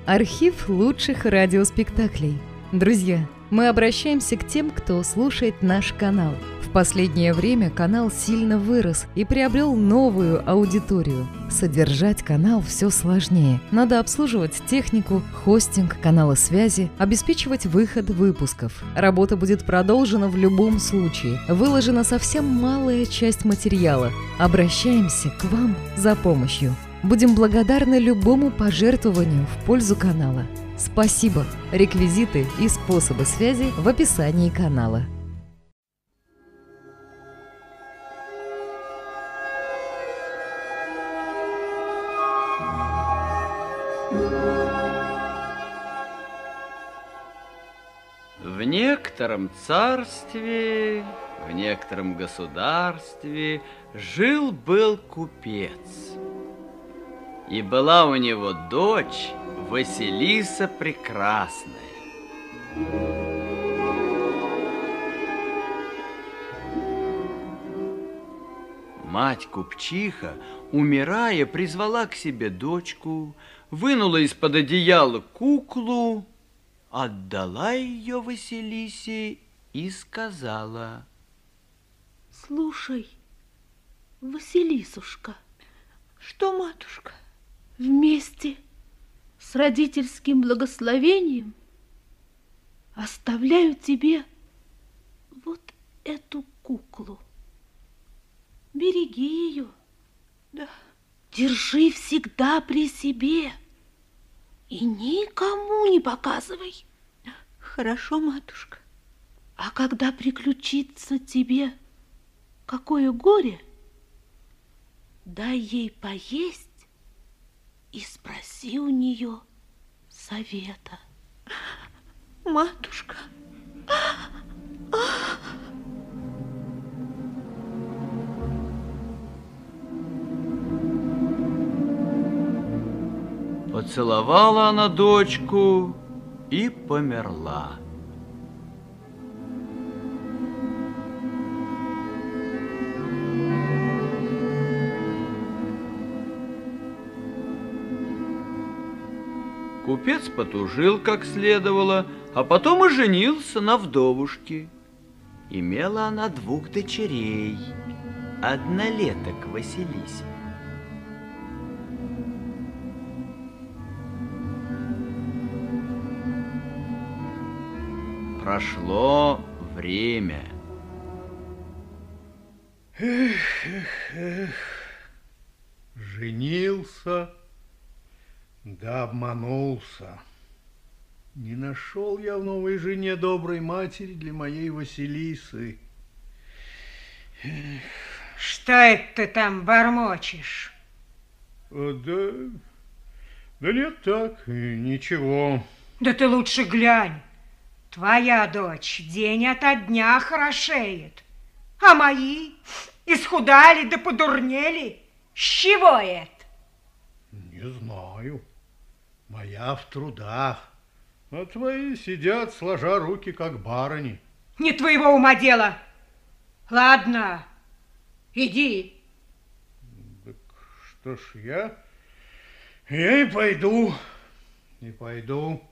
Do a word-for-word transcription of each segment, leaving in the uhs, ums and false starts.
Архив лучших радиоспектаклей. Друзья, мы обращаемся к тем, кто слушает наш канал. В последнее время канал сильно вырос и приобрел новую аудиторию. Содержать канал все сложнее. Надо обслуживать технику, хостинг, каналы связи, обеспечивать выход выпусков. Работа будет продолжена в любом случае. Выложена совсем малая часть материала. Обращаемся к вам за помощью. Будем благодарны любому пожертвованию в пользу канала. Спасибо! Реквизиты и способы связи в описании канала. В некотором царстве, в некотором государстве жил-был купец. И была у него дочь Василиса Прекрасная. Мать-купчиха, умирая, призвала к себе дочку, вынула из-под одеяла куклу, отдала ее Василисе и сказала: слушай, Василисушка. Что, матушка? Вместе с родительским благословением оставляю тебе вот эту куклу. Береги ее. Да. Держи всегда при себе и никому не показывай. Хорошо, матушка. А когда приключится тебе какое горе, дай ей поесть и спроси у нее совета. Матушка. Поцеловала она дочку и померла. Купец потужил как следовало, а потом и женился на вдовушке. Имела она двух дочерей, однолеток Василисе. Прошло время. Эх, эх, эх, женился, да обманулся. Не нашел я в новой жене доброй матери для моей Василисы. Эх. Что это ты там бормочешь? А, да, да нет, так, ничего. Да ты лучше глянь. Твоя дочь день ото дня хорошеет, а мои исхудали да подурнели. С чего это? Не знаю. Моя в трудах, а твои сидят, сложа руки, как барыни. Не твоего ума дело. Ладно, иди. Так что ж я? Я и пойду, и пойду.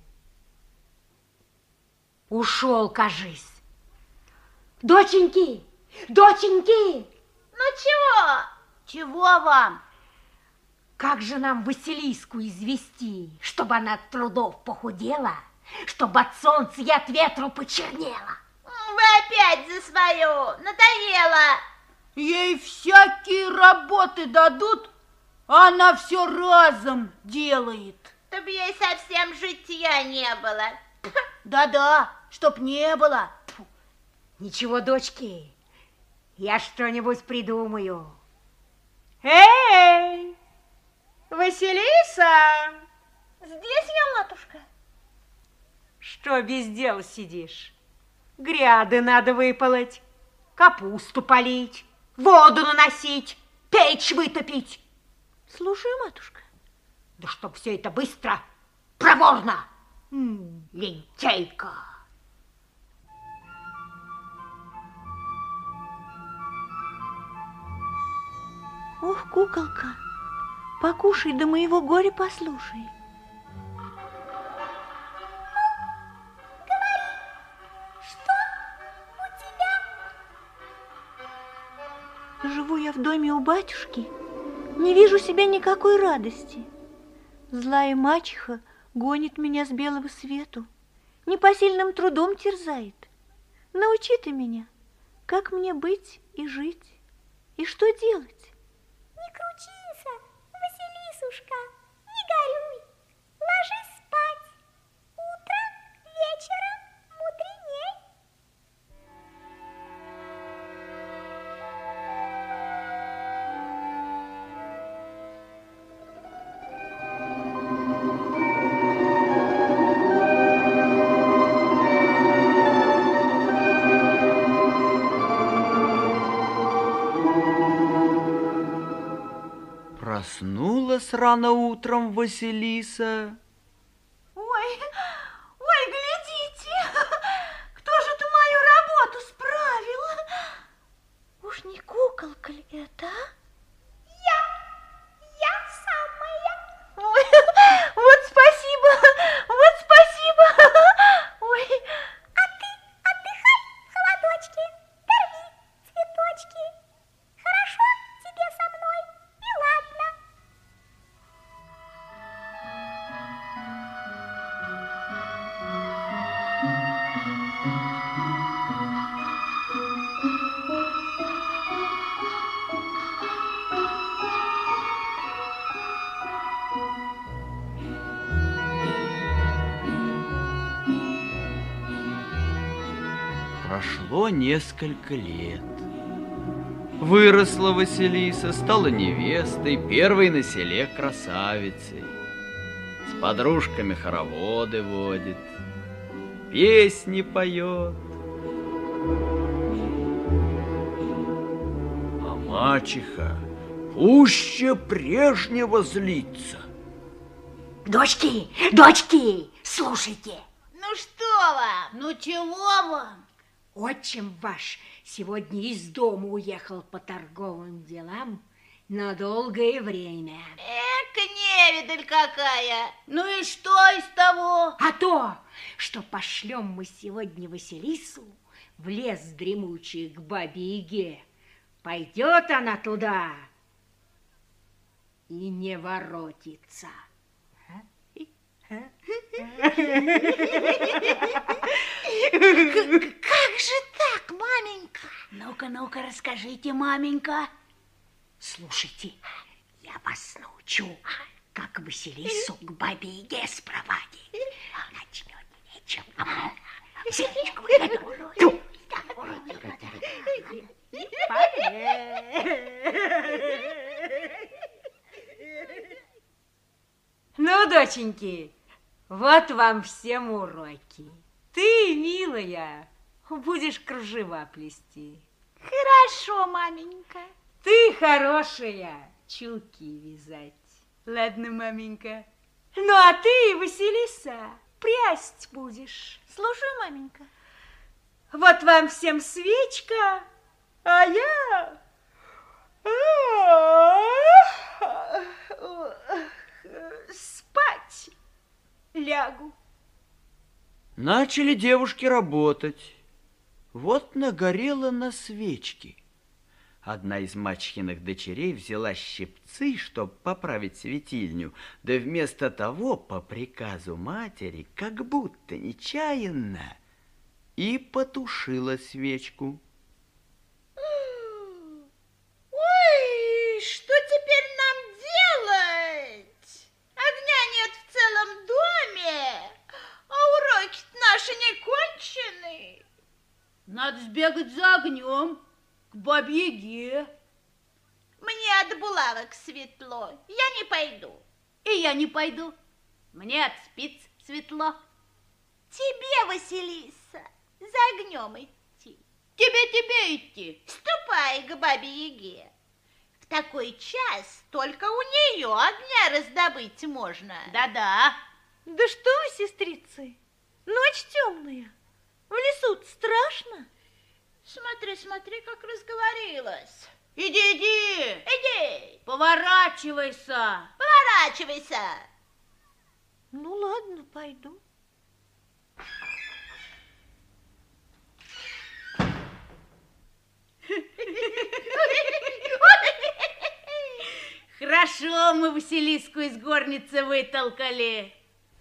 Ушел, кажись. Доченьки, доченьки! Ну чего? Чего вам? Как же нам Василиску извести, чтобы она от трудов похудела, чтобы от солнца и от ветру почернела? Вы опять за свое, надоело. Ей всякие работы дадут, а она все разом делает. Чтоб ей совсем житья не было. Да-да, чтоб не было. Ничего, дочки, я что-нибудь придумаю. Эй, Василиса! Здесь я, матушка. Что без дела сидишь? Гряды надо выполоть, капусту полить, воду наносить, печь вытопить. Слушаю, матушка. Да чтоб все это быстро, проворно. М, лентяйка. Ох, куколка, покушай, да моего горя послушай. Живу я в доме у батюшки, не вижу себе никакой радости. Злая мачеха гонит меня с белого свету, непосильным трудом терзает. Научи ты меня, как мне быть и жить, и что делать? Не кручися, Василисушка, не горюй, ложись спать. Утром, вечером мудреней. Проснулась рано утром Василиса. Ой, ой, глядите, кто же это мою работу справил? Уж не куколка ли это, а? Я, я самая. Ой, вот спасибо, вот спасибо. Ой, А ты отдыхай, холодочки, дорви цветочки. Хорошо тебе со мной, и ладно. Прошло несколько лет. Выросла Василиса, стала невестой, первой на селе красавицей. С подружками хороводы водит, песни поет. А мачеха пуще прежнего злится. Дочки, дочки, слушайте. Ну что вам? ну чего вам? Отчим ваш сегодня из дома уехал по торговым делам на долгое время. Эк, невидаль какая. Ну и что из того? А то, что пошлем мы сегодня Василису в лес дремучий к бабе-яге. Пойдет она туда и не воротится. Как же так, маменька? Ну-ка, ну-ка, расскажите, маменька. Слушайте, я вас научу, как Василису к бабе-яге спровадить. Начнет вечером. Василичку выгоду. Ну, доченьки, вот вам всем уроки. Ты, милая, будешь кружева плести. Хорошо, маменька. Ты, хорошая, чулки вязать. Ладно, маменька. Ну, а ты, Василиса, прясть будешь. Слушаю, маменька. Вот вам всем свечка, а я... спать лягу. Начали девушки работать. Вот нагорело на свечке. Одна из мачехиных дочерей взяла щипцы, чтобы поправить светильню, да вместо того, по приказу матери, как будто нечаянно, и потушила свечку. Ой, что теперь нам делать? Огня нет в целом доме, а уроки наши не кончены. Надо сбегать за огнем к бабе-яге. Мне от булавок светло, я не пойду. И я не пойду. Мне от спиц светло. Тебе, Василиса, за огнем идти. Тебе-тебе идти. Ступай к бабе-яге. В такой час только у нее огня раздобыть можно. Да-да. Да что вы, сестрицы, ночь темная, в лесу страшно. Смотри, смотри, как разговорилась. Иди, иди. Иди, Поворачивайся. поворачивайся. Ну ладно, пойду. Хорошо мы Василиску из горницы вытолкали.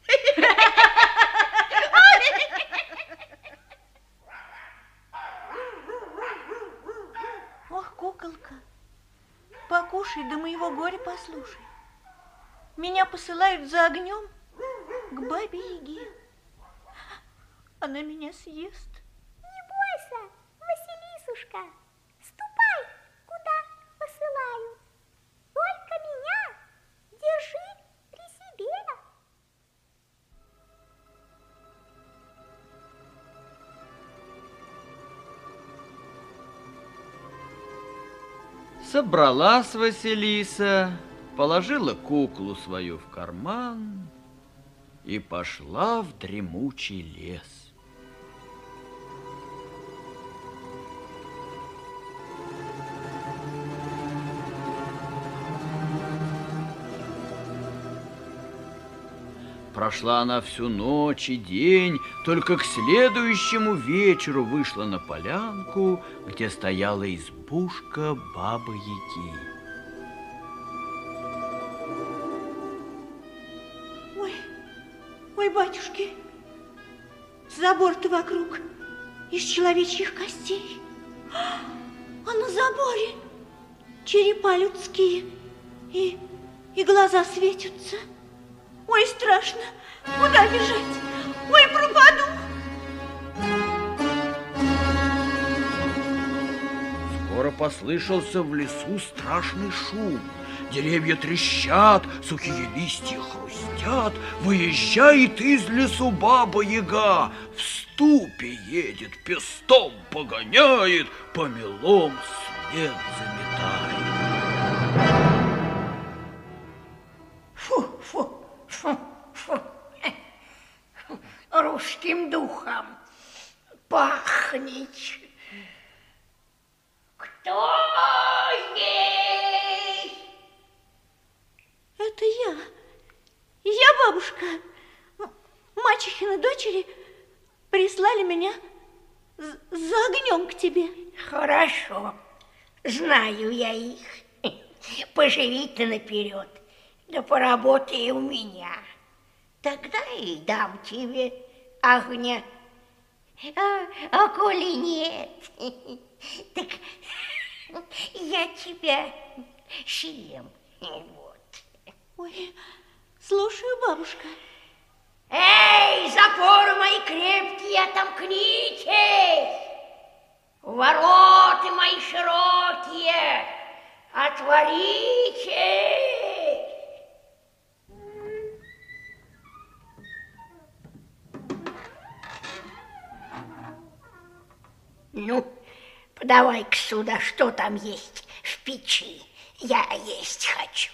Ох, куколка, покушай, да моего горя послушай. Меня посылают за огнем к бабе-яге. Она меня съест. Не бойся, Василисушка, ступай, куда посылают. Только меня держи при себе. Собралась Василиса, положила куклу свою в карман и пошла в дремучий лес. Прошла она всю ночь и день, только к следующему вечеру вышла на полянку, где стояла избушка Бабы-Яги. Ой, ой, батюшки, забор-то вокруг из человечьих костей, а на заборе черепа людские и, и глаза светятся. Ой, страшно, куда бежать? Ой, пропаду. Скоро послышался в лесу страшный шум. Деревья трещат, сухие листья хрустят. Выезжает из лесу Баба-Яга. В ступе едет, пестом погоняет, помелом след заметает. Фу, фу. Фу, фу. Русским духом пахнет. Кто здесь? Это я. Я, бабушка. Мачехины дочери прислали меня за огнем к тебе. Хорошо. Знаю я их. Поживи-то наперед. Да поработай у меня. Тогда и дам тебе огня. А, а коли нет, так я тебя съем. Вот. Ой, слушаю, бабушка. Эй, запоры мои крепкие, отомкнитесь! Ворота мои широкие, отворите! Ну, подавай-ка сюда, что там есть в печи. Я есть хочу.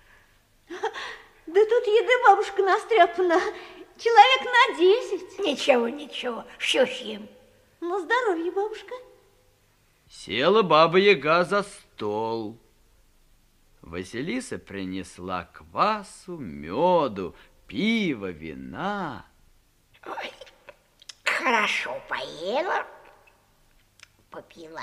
Да тут еды, бабушка, настряпана. Человек на десять. Ничего, ничего, все съем. На здоровье, бабушка. Села Баба-Яга за стол. Василиса принесла квасу, меду, пива, вина. Ой, хорошо поела. Попила,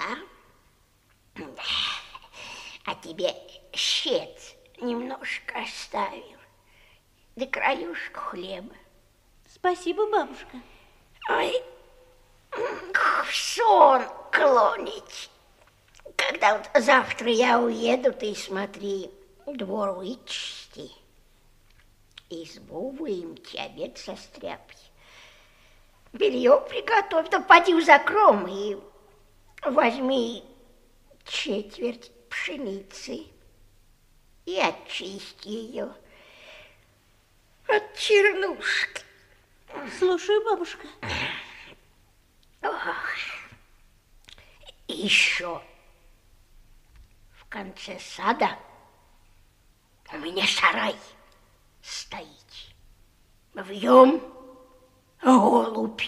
а тебе щец немножко оставил, да краюшку хлеба. Спасибо, бабушка. Ой, в сон клонить. Когда вот завтра я уеду, ты смотри, двор вычисти, избу выемки, обед состряпай, белье приготовь, да поди в закром и возьми четверть пшеницы и очисти ее от чернушки. Слушаю, бабушка. Ох. И еще в конце сада у меня сарай стоит. В нем голубь.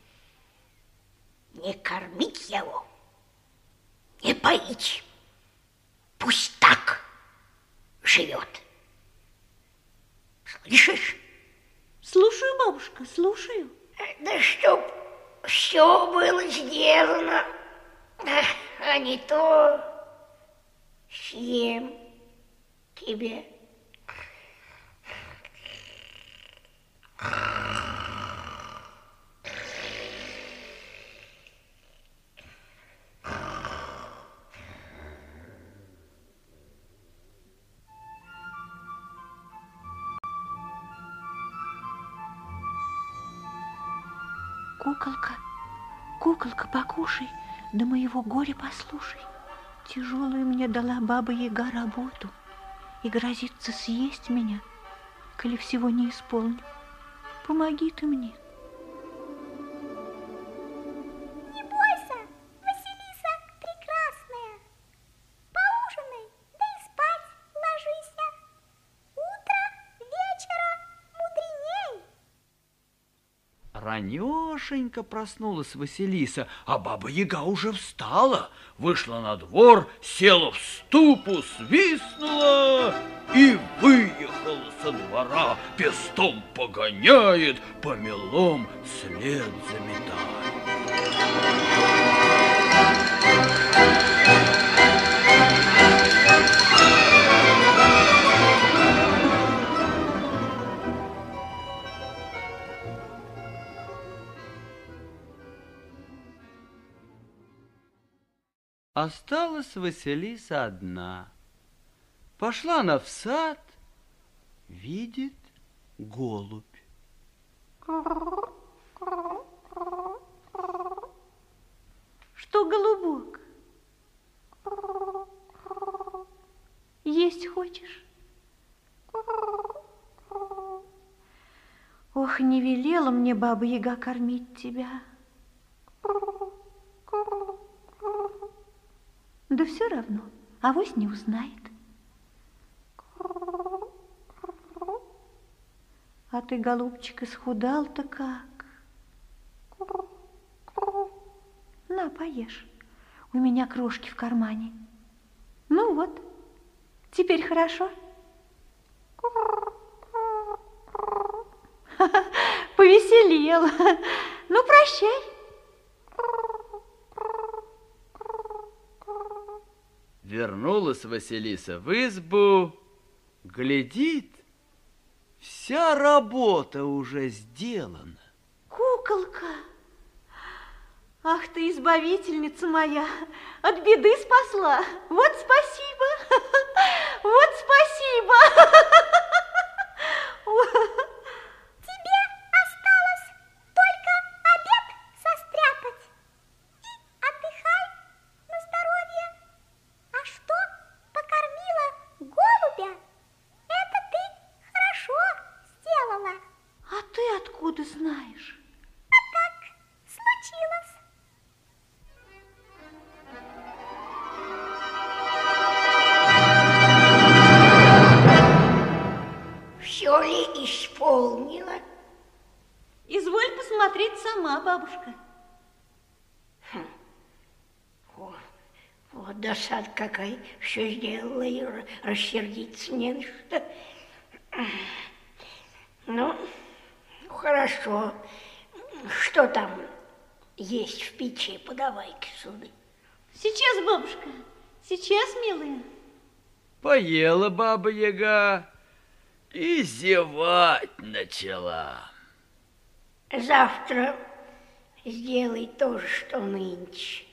Не кормить его, не поить. Пусть так живет. Слышишь? Слушаю, бабушка, слушаю. Да чтоб все было сделано а не то съем тебе. Куколка, куколка, покушай, да моего горя послушай. Тяжелую мне дала Баба-Яга работу и грозится съесть меня, коли всего не исполню. Помоги ты мне. Не бойся, Василиса прекрасная. Поужинай, да и спать ложися. Утро вечера мудреней. Ранешенько проснулась Василиса, а Баба-Яга уже встала, вышла на двор, села в ступу, свистнула и выехала со двора, пестом погоняет, помелом след заметает. Осталась Василиса одна. Пошла она в сад, видит голубь. Что, голубок, есть хочешь? Ох, не велела мне Баба-Яга кормить тебя. Да все равно, авось не узнает. А ты, голубчик, исхудал-то как? На, поешь. У меня крошки в кармане. Ну вот, теперь хорошо? Повеселел. Ну, прощай. Вернулась Василиса в избу, глядит, вся работа уже сделана. Куколка, ах ты, избавительница моя, от беды спасла. Вот спасибо, вот спасибо. Тебе осталось только обед состряпать. И отдыхай на здоровье. А что покормила голубя, это ты хорошо сделала. А ты откуда знаешь? А так случилось. Все ли исполнила? Изволь посмотреть сама, бабушка. Хм. О, вот досада какая, все сделала, и рассердиться не на что. Ну, хорошо. Что там есть в печи? Подавай-ка сюда. Сейчас, бабушка, сейчас, милая. Поела Баба-Яга и зевать начала. Завтра сделай то же, что нынче.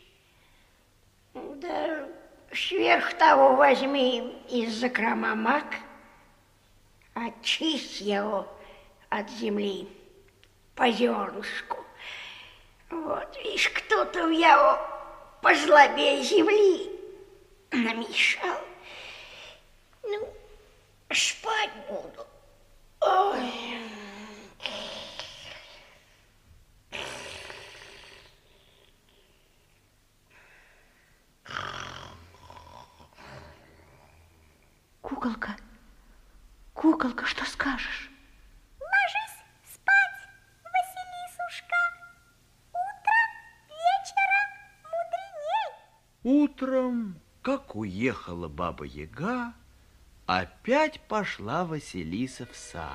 Да сверх того возьми из закрома мак, очисть его от земли по зернышку. Вот, видишь, кто-то я его позлобее земли намешал. Ну, спать буду. Ой. Куколка, куколка, что скажешь? Ложись спать, Василисушка. Утро вечера мудреней. Утром, как уехала Баба-Яга, опять пошла Василиса в сад.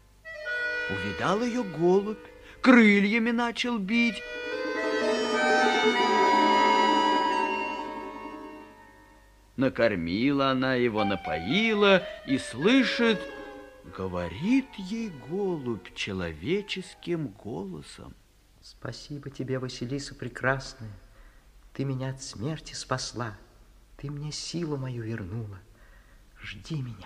Увидал ее голубь, крыльями начал бить. Накормила она его, напоила и слышит, говорит ей голубь человеческим голосом. Спасибо тебе, Василиса прекрасная, ты меня от смерти спасла, ты мне силу мою вернула, жди меня.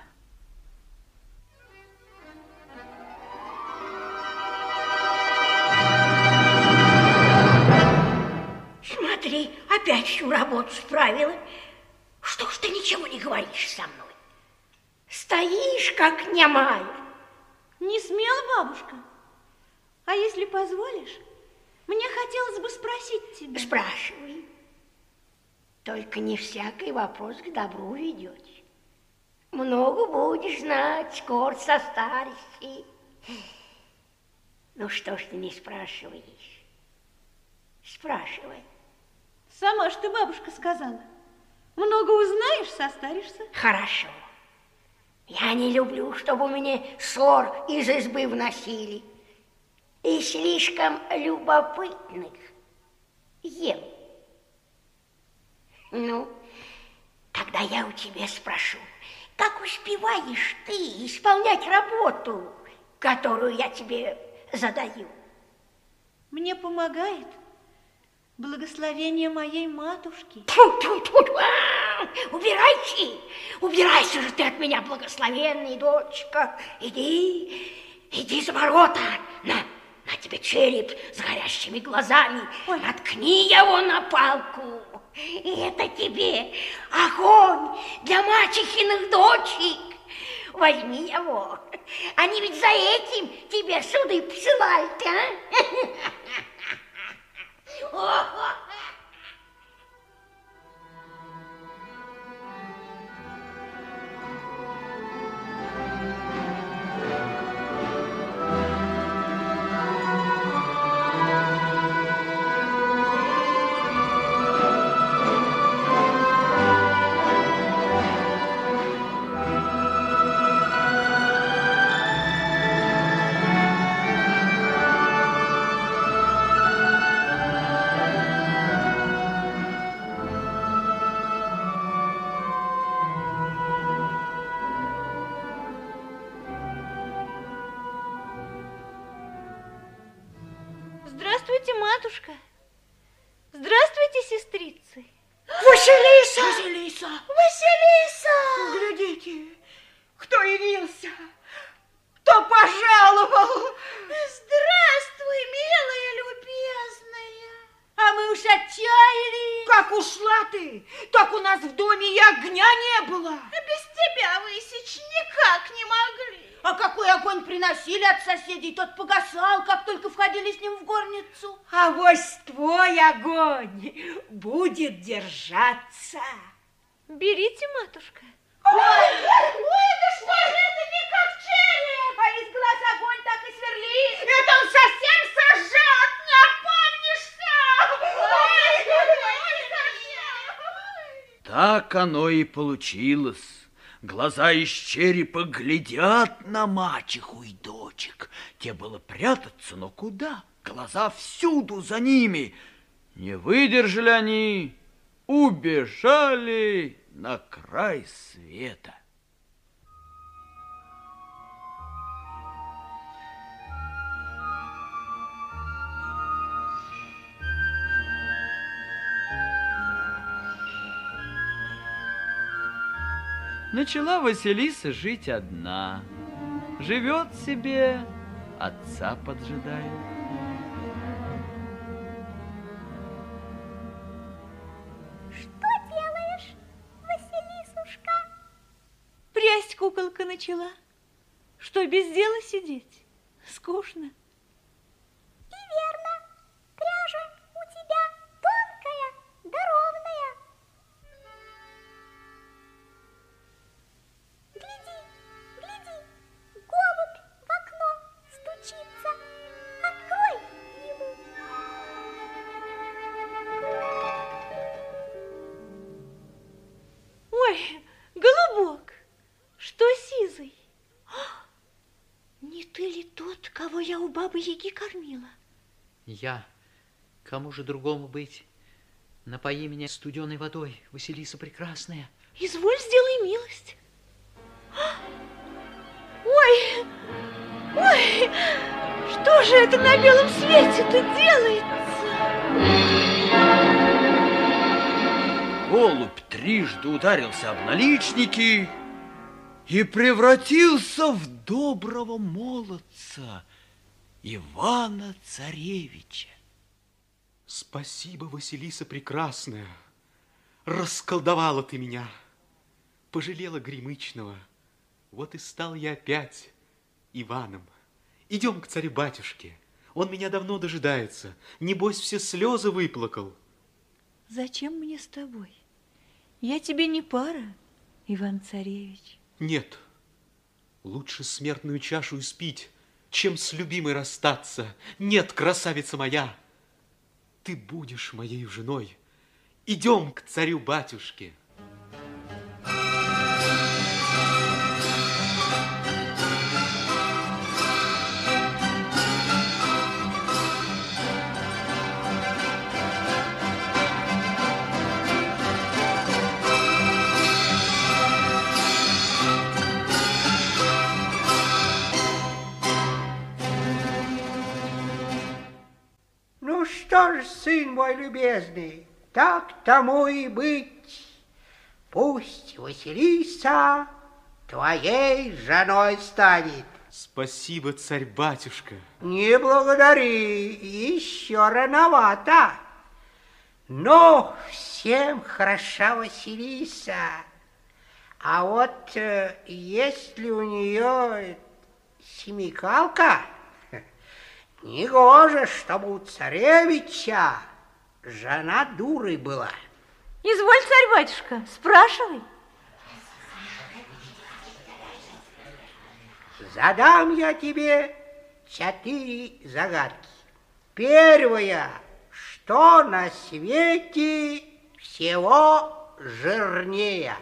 Смотри, опять всю работу справила. Что ж ты ничего не говоришь со мной? Стоишь, как немая. Не смела, бабушка? А если позволишь, мне хотелось бы спросить тебя. Спрашивай. Только не всякий вопрос к добру ведет. Много будешь знать, скоро состаришься. Ну что ж ты не спрашиваешь? Спрашивай. Сама ж ты, бабушка, сказала. Много узнаешь, состаришься. Хорошо. Я не люблю, чтобы меня ссор из избы вносили. И слишком любопытных ем. Ну, тогда я у тебя спрошу, как успеваешь ты исполнять работу, которую я тебе задаю? Мне помогает благословение моей матушки. Тьфу-тьфу-тьфу! Убирайся! Убирайся же ты от меня, благословенная дочка! Иди, иди за ворота! На, на тебе череп с горящими глазами! Ой. Наткни его на палку! И это тебе огонь для мачехиных дочек! Возьми его! Они ведь за этим тебе суды посылают, а? Здравствуйте, матушка. Здравствуйте, сестрицы. Василиса! Василиса! Василиса! Глядите, кто явился, кто пожаловал. Здравствуй, милая, любезная. А мы уж отчаяли. Как ушла ты, так у нас в доме и огня не было. Без тебя высечь никак не могли. А какой огонь приносили от соседей, тот погасал, как только входили с ним в горницу. А вось твой огонь будет держаться. Берите, матушка. Ой, ой, да что же это не как череп? А из глаз огонь так и сверлит. Это он совсем сожжет, не опомнишься. Ой, ой, ой, так оно и получилось. Глаза из черепа глядят на мачеху и дочек. Те было прятаться, но куда? Глаза всюду за ними. Не выдержали они, убежали на край света. Начала Василиса жить одна. Живет себе, отца поджидает. Что делаешь, Василисушка? Прясть куколка начала. Что, без дела сидеть? Скучно. И верно. Пряжа у тебя тонкая да ровная. Гляди, гляди, голубь в окно стучится. Открой ему. Ой, голубок, что сизый? Не ты ли тот, кого я у бабы Яги кормила? Я. Кому же другому быть? Напои меня студеной водой, Василиса прекрасная. Изволь, сделай милость. Ой, ой, что же это на белом свете-то делается? Голубь трижды ударился об наличники и превратился в доброго молодца Ивана-царевича. Спасибо, Василиса прекрасная. Расколдовала ты меня, пожалела Гремычного. Вот и стал я опять Иваном. Идем к царю-батюшке. Он меня давно дожидается. Небось, все слезы выплакал. Зачем мне с тобой? Я тебе не пара, Иван-царевич. Нет, лучше смертную чашу испить, чем с любимой расстаться. Нет, красавица моя, ты будешь моей женой. Идем к царю-батюшке. Ну что ж, сын мой любезный, так тому и быть. Пусть Василиса твоей женой станет. Спасибо, царь-батюшка. Не благодари, еще рановато. Но всем хороша Василиса. А вот э, если у нее смекалка, негоже, чтобы у царевича жена дурой была. Изволь, царь-батюшка, спрашивай. Задам я тебе четыре загадки. Первая, что на свете всего жирнее?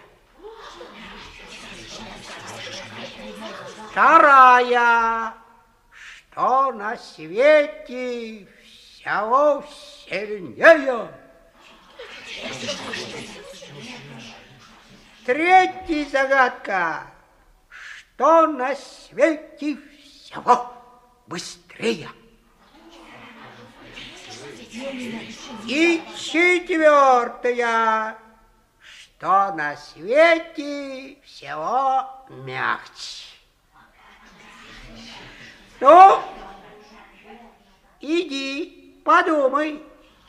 Вторая, что на свете всего сильнее? Третья загадка. Что на свете всего быстрее? И четвертая. Что на свете всего мягче? Ну, иди, подумай.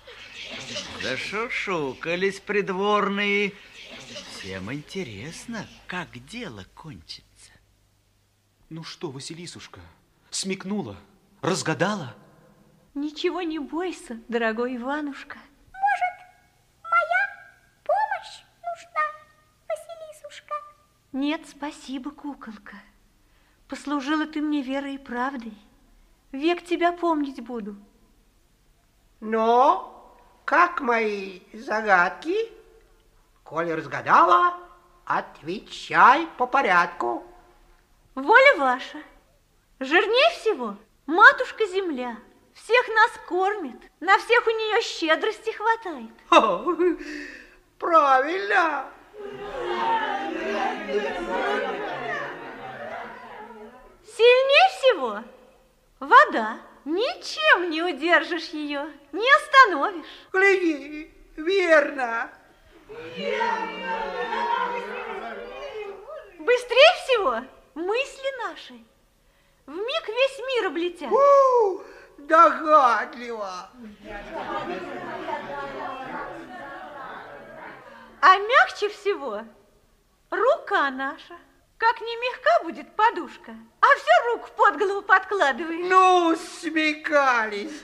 Зашушукались придворные. Всем интересно, как дело кончится. Ну что, Василисушка, смекнула, разгадала? Ничего не бойся, дорогой Иванушка. Может, моя помощь нужна, Василисушка? Нет, спасибо, куколка. Послужила ты мне верой и правдой. Век тебя помнить буду. Но, как мои загадки? Коли разгадала, отвечай по порядку. Воля ваша. Жирнее всего матушка земля. Всех нас кормит, на всех у нее щедрости хватает. О, правильно. Сильнее всего вода. Ничем не удержишь ее, не остановишь. Гляди, верно. Быстрее всего мысли наши. Вмиг весь мир облетят. У, догадливо. А мягче всего рука наша. Как не мягка будет подушка, а все руку под голову подкладываешь. Ну, смекались.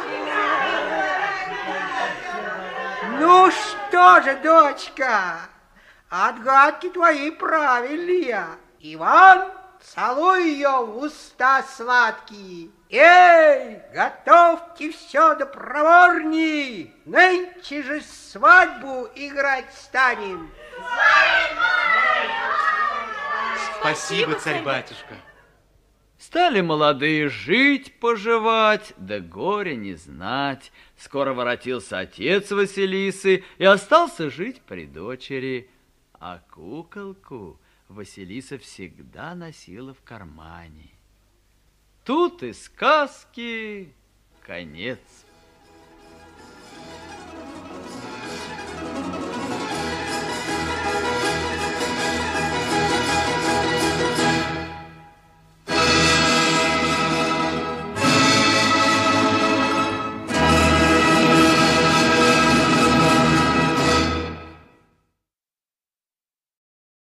Ну что же, дочка, отгадки твои правильные. Иван, целуй ее в уста сладкие. Эй, готовьте все до проворней. Нынче же свадьбу играть станем. Спасибо, царь-батюшка. Стали молодые жить-поживать, да горе не знать. Скоро воротился отец Василисы и остался жить при дочери. А куколку Василиса всегда носила в кармане. Тут и сказки конец.